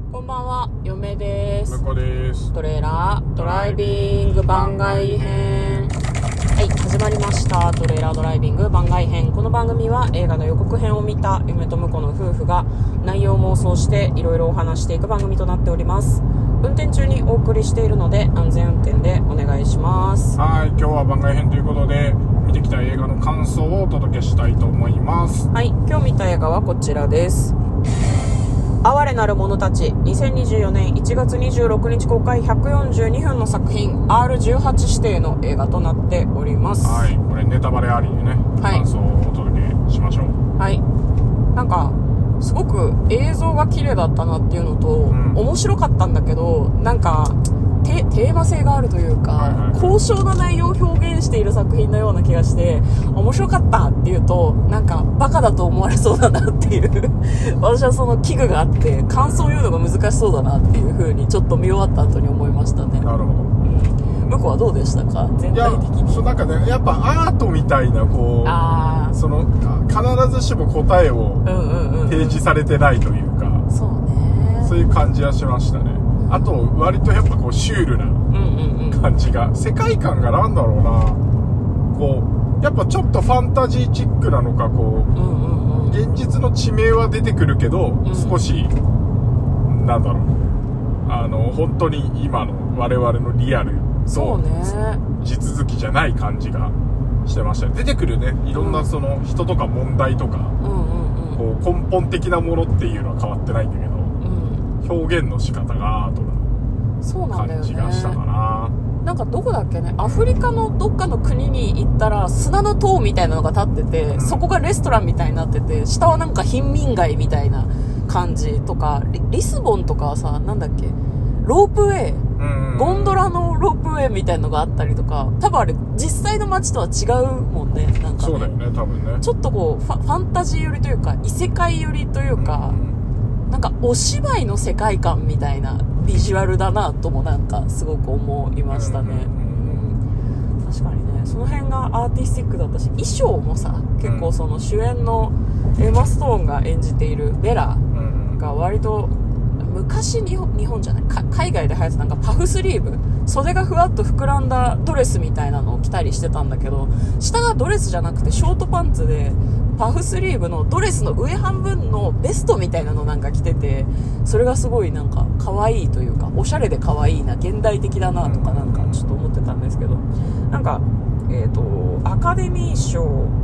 こんばんは、嫁です。 向こうです。 トレーラードライビング番外編。はい、始まりました。トレーラードライビング番外編。この番組は映画の予告編を見た嫁と婿の夫婦が内容を妄想していろいろお話していく番組となっております。運転中にお送りしているので安全運転でお願いします。 はい、今日は番外編ということで見てきた映画の感想をお届けしたいと思います。 はい、今日見た映画はこちらです。哀れなる者たち。2024年1月26日公開、142分の作品、 R18 指定の映画となっております。 はい、これネタバレありでね、 はい、 感想をお届けしましょう。 はい、なんかすごく映像が綺麗だったなっていうのと、面白かったんだけど、なんかテーマ性があるというか、高尚な内容を表現している作品のような気がして、面白かったっていうとなんかバカだと思われそうだなっていう私はその危惧があって感想を言うのが難しそうだなっていう風にちょっと見終わった後に思いましたね。 なるほど。 向こうはどうでしたか？全体的に。 そう、なんかね、やっぱアートみたいなこう、その必ずしも答えを提示されてないというか、 そうね、 そういう感じはしましたね。あと割とやっぱこうシュールな感じが、世界観がなんだろうな、こうやっぱちょっとファンタジーチックなのか、こう、現実の地名は出てくるけど、少しなんだろう、本当に今の我々のリアルと地続きじゃない感じがしてました。出てくるね、いろんなその人とか問題とか、こう根本的なものっていうのは変わってないんだけど、表現の仕方がアートな感じがしたかな。 なんかどこだっけね、アフリカのどっかの国に行ったら砂の塔みたいなのが立ってて、そこがレストランみたいになってて、下はなんか貧民街みたいな感じとか、リスボンとかはさ、なんだっけ、ロープウェイ、ゴンドラのロープウェイみたいのがあったりとか、多分あれ実際の街とは違うもんね。なんかね、 そうだよね、多分ね。 ちょっとこうファンタジー寄りというか異世界寄りというか、なんかお芝居の世界観みたいなビジュアルだなともなんかすごく思いましたね。確かにね、その辺がアーティスティックだったし、衣装もさ、結構その主演のエマ・ストーンが演じているベラが割と昔日本じゃない海外で流行ってたなんかパフスリーブ、袖がふわっと膨らんだドレスみたいなのを着たりしてたんだけど、下がドレスじゃなくてショートパンツで、パフスリーブのドレスの上半分のベストみたいなのなんか着てて、それがすごいなんか可愛いというか、おしゃれで可愛いな、現代的だなとかなんかちょっと思ってたんですけど、なんかアカデミー賞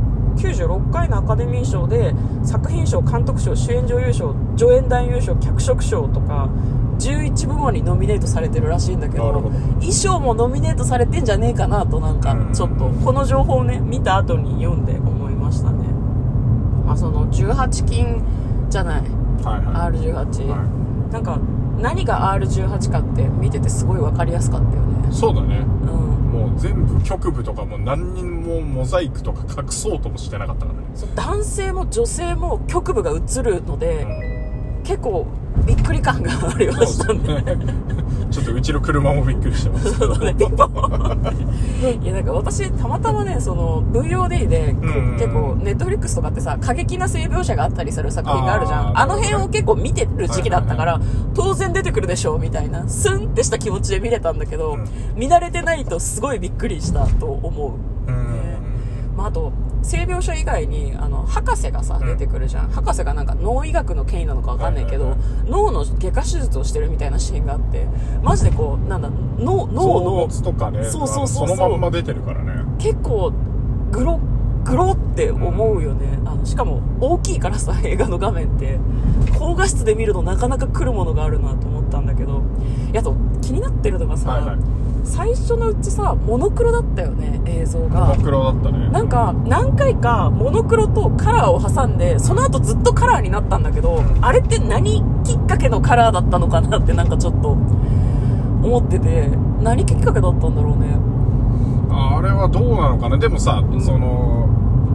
96回のアカデミー賞で作品賞、監督賞、主演女優賞、助演男優賞、脚色賞とか11部門にノミネートされてるらしいんだけど、衣装もノミネートされてんじゃねえかなと、なんかちょっとこの情報をね見た後に読んで思いましたね。まあその18禁じゃない、R18、なんか何が R18 かって見ててすごい分かりやすかったよね。 そうだね、もう全部局部とかも何人もモザイクとか隠そうともしてなかったからね。 そう、男性も女性も局部が映るので、結構びっくり感がありましたね。 ちょっとうちの車もびっくりしてます。 そうね、ピンポン。いや、なんか私たまたまね、その VOD で、結構ネットフリックスとかってさ、過激な性描写があったりする作品があるじゃん。あの辺を結構見てる時期だったから、当然出てくるでしょみたいなスンってした気持ちで見れたんだけど、見慣れてないとすごいびっくりしたと思う。まあ、あと性描写以外に博士がさ出てくるじゃん。博士がなんか脳医学の権威なのか分かんないけど、脳の外科手術をしてるみたいなシーンがあって、マジでこうなんだ、脳のとかね、そのまんま出てるからね。 結構グロって思うよね。しかも大きいからさ、映画の画面って高画質で見るとなかなか来るものがあるなと思ったんだけど、あと気になってるのがさ、最初のうちさモノクロだったよね、映像が。 モノクロだったね。 なんか何回かモノクロとカラーを挟んで、その後ずっとカラーになったんだけど、あれって何きっかけのカラーだったのかなってなんかちょっと思ってて、何きっかけだったんだろうね。 あれはどうなのかな。でもさ、その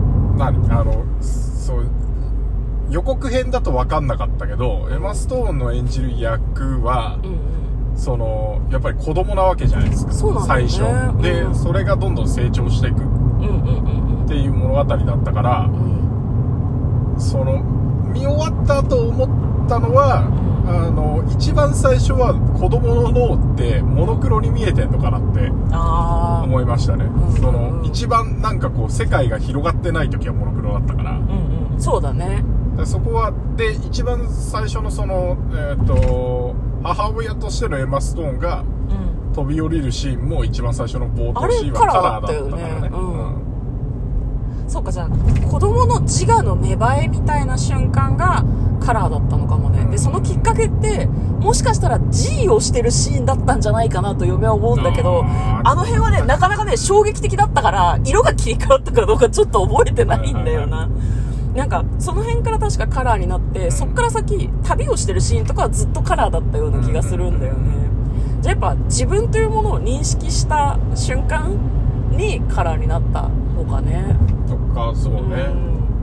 そう予告編だと分かんなかったけど、エマ・ストーンの演じる役は、そのやっぱり子供なわけじゃないですか。 そうなんだよね、 最初で、それがどんどん成長していくっていう物語だったから、その見終わったと思ったのは、 一番最初は子供の脳ってモノクロに見えてんのかなって思いましたね。その一番なんかこう世界が広がってない時はモノクロだったから、 そうだね。 そこはで一番最初のその母親としてのエマ・ストーンが飛び降りるシーンも一番最初の冒頭シーンはカラーだったからね。 そうか、じゃあ子供の自我の芽生えみたいな瞬間がカラーだったのかもね。でそのきっかけってもしかしたら G をしてるシーンだったんじゃないかなと嫁は思うんだけど、あの辺はねなかなかね衝撃的だったから色が切り替わったかどうかちょっと覚えてないんだよな。なんかその辺から確かカラーになって、そっから先旅をしてるシーンとかはずっとカラーだったような気がするんだよね。じゃあやっぱ自分というものを認識した瞬間にカラーになったのかね。 とかそうね。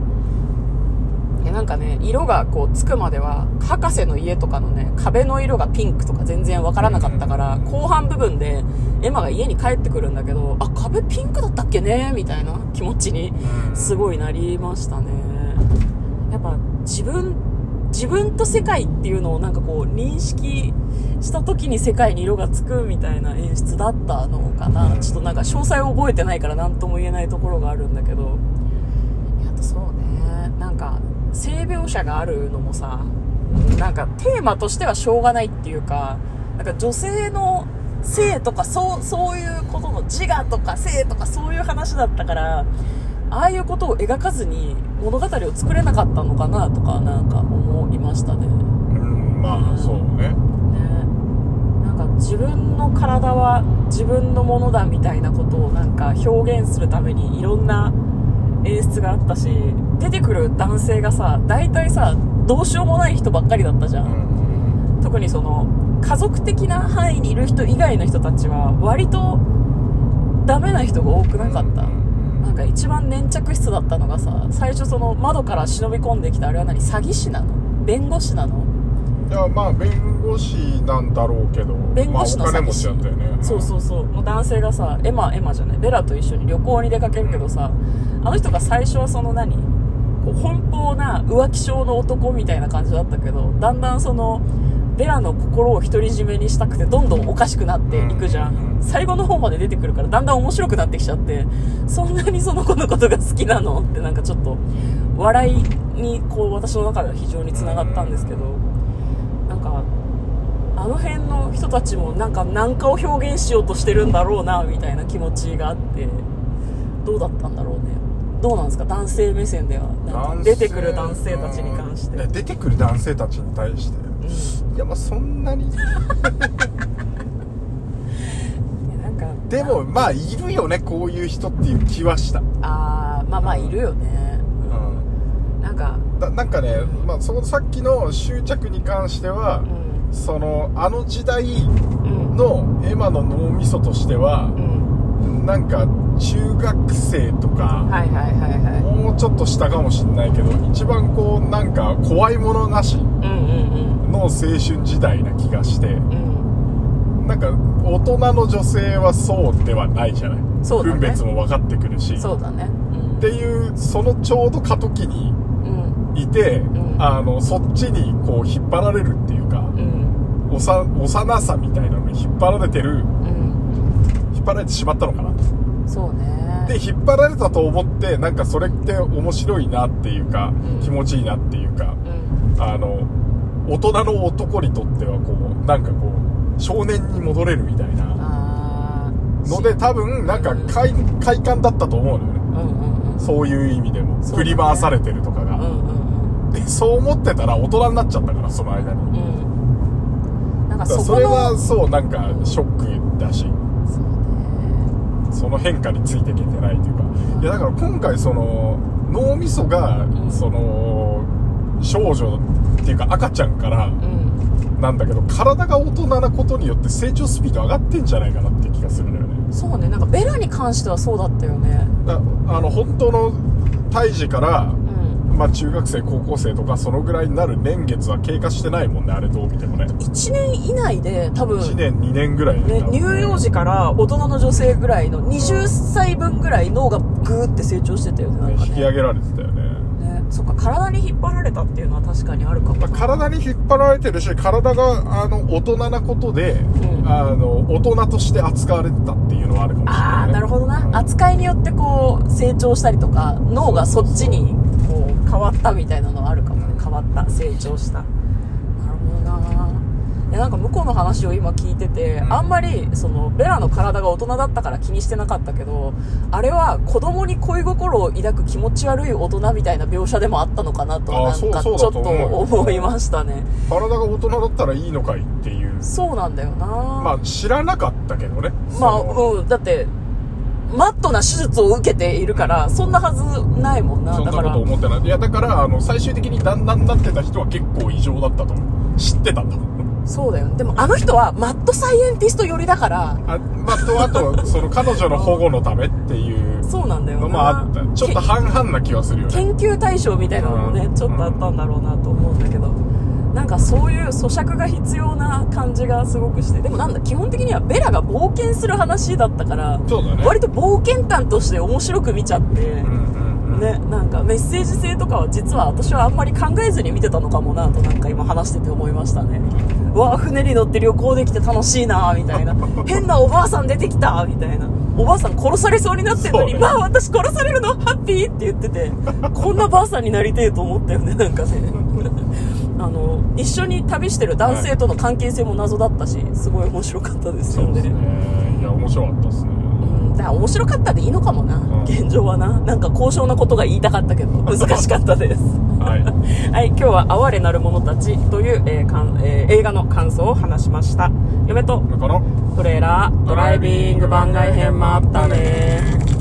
なんかね色がこうつくまでは博士の家とかのね壁の色がピンクとか全然わからなかったから、後半部分でエマが家に帰ってくるんだけど、あ、壁ピンクだったっけねみたいな気持ちにすごいなりましたね。やっぱ自分と世界っていうのをなんかこう認識した時に世界に色がつくみたいな演出だったのかな。ちょっとなんか詳細を覚えてないから何とも言えないところがあるんだけど、あとそうね、なんか性描写があるのもさ、なんかテーマとしてはしょうがないっていうか、なんか女性の性とかそういうことの自我とか性とかそういう話だったから、ああいうことを描かずに物語を作れなかったのかなとかなんか思いましたね。 まあそうね。 なんか自分の体は自分のものだみたいなことをなんか表現するためにいろんな演出があったし、出てくる男性がさ大体さどうしようもない人ばっかりだったじゃん。特にその家族的な範囲にいる人以外の人たちは割とダメな人が多くなかった。なんか一番粘着質だったのがさ、最初その窓から忍び込んできたあれは何、詐欺師なの弁護士なの。 いやまあ弁護士なんだろうけど、 弁護士の詐欺師、 まあ、お金持ちだったよね。 そうの男性がさエマじゃないベラと一緒に旅行に出かけるけどさ、あの人が最初はそのこう奔放な浮気症の男みたいな感じだったけど、だんだんそのベラの心を独り占めにしたくてどんどんおかしくなっていくじゃん。最後の方まで出てくるからだんだん面白くなってきちゃって、そんなにその子のことが好きなのってなんかちょっと笑いにこう私の中では非常に繋がったんですけど、なんかあの辺の人たちもなんか何かを表現しようとしてるんだろうなみたいな気持ちがあって、どうだったんだろうね。どうなんですか男性目線では。なんか出てくる男性たちに関して、 出てくる男性たちに対して、いやまあそんなになんかでもまあいるよねこういう人っていう気はした。 まあいるよね。 なんかね、まあそのさっきの執着に関しては、そのあの時代のエマの脳みそとしては、なんか中学生とか、もうちょっと下かもしんないけど、一番こうなんか怖いものなしの青春時代な気がして、なんか大人の女性はそうではないじゃない。そうだね、分別も分かってくるし、 そうだね、 っていうそのちょうど過渡期にいて、そっちにこう引っ張られるっていうか、幼さみたいなのに引っ張られてる、引っ張られてしまったのかな。 そうね。 で引っ張られたと思ってなんかそれって面白いなっていうか、気持ちいいなっていうか、大人の男にとってはこうなんかこう少年に戻れるみたいなので、多分なんか快感だったと思うのよね。そういう意味でも、振り回されてるとかが、でそう思ってたら大人になっちゃったからその間に、なんかそれはそうなんかショックだし、その変化についていけてないというか、いやだから今回その脳みそがその少女っていうか赤ちゃんからなんだけど、体が大人なことによって成長スピード上がってんじゃないかなって気がするのよね。 そうね、なんかベラに関してはそうだったよね。 本当の胎児から、まあ中学生高校生とかそのぐらいになる年月は経過してないもんね、あれどう見てもね。 1年以内で多分 1年2年ぐらいね、乳幼児から大人の女性ぐらいの20歳分ぐらい脳がグーって成長してたよね。なんかね引き上げられてたよね。 そっか、体に引っ張られたっていうのは確かにあるかも。 体に引っ張られてるし、体が大人なことで、大人として扱われてたっていうのはあるかもしれない、ね。 ああ、なるほどな。扱いによってこう成長したりとか、脳がそっちにこう変わったみたいなのはあるかもね。変わった、成長した。なるほどな。いや、なんか向こうの話を今聞いてて、あんまりそのベラの体が大人だったから気にしてなかったけど、あれは子供に恋心を抱く気持ち悪い大人みたいな描写でもあったのかなと、なんかちょっと思いましたね。 体が大人だったらいいのかいっていう。 そうなんだよな。 まあ知らなかったけどね。 まあ、だってマットな手術を受けているから、そんなはずないもんな。 そんなこと思ってない。いや、だから最終的に旦那になってた人は結構異常だったと思う。知ってたんだもん。 そうだよね。でもあの人はマッドサイエンティスト寄りだから、 あとその彼女の保護のためっていうそうなんだよな。 のもあった。ちょっと半々な気はするよね。 研究対象みたいなのもね、ちょっとあったんだろうなと思うんだけど、なんかそういう咀嚼が必要な感じがすごくして、でもなんだ、基本的にはベラが冒険する話だったから、 そうだね、 割と冒険譚として面白く見ちゃって、ね、なんかメッセージ性とかは実は私はあんまり考えずに見てたのかもなと、なんか今話してて思いましたね。わあ、船に乗って旅行できて楽しいなみたいな、変なおばあさん出てきたみたいな、おばあさん殺されそうになってるのに、まあ私殺されるのハッピーって言ってて、こんなばあさんになりてえと思ったよね。なんかね一緒に旅してる男性との関係性も謎だったし、すごい面白かったですよね。そうですね。 いや、面白かったですね。 だから面白かったでいいのかもな、現状はな。なんか高尚なことが言いたかったけど難しかったですはい、はい、今日は哀れなる者たちという、映画の感想を話しました。嫁とトレーラードライビング番外編もあったね。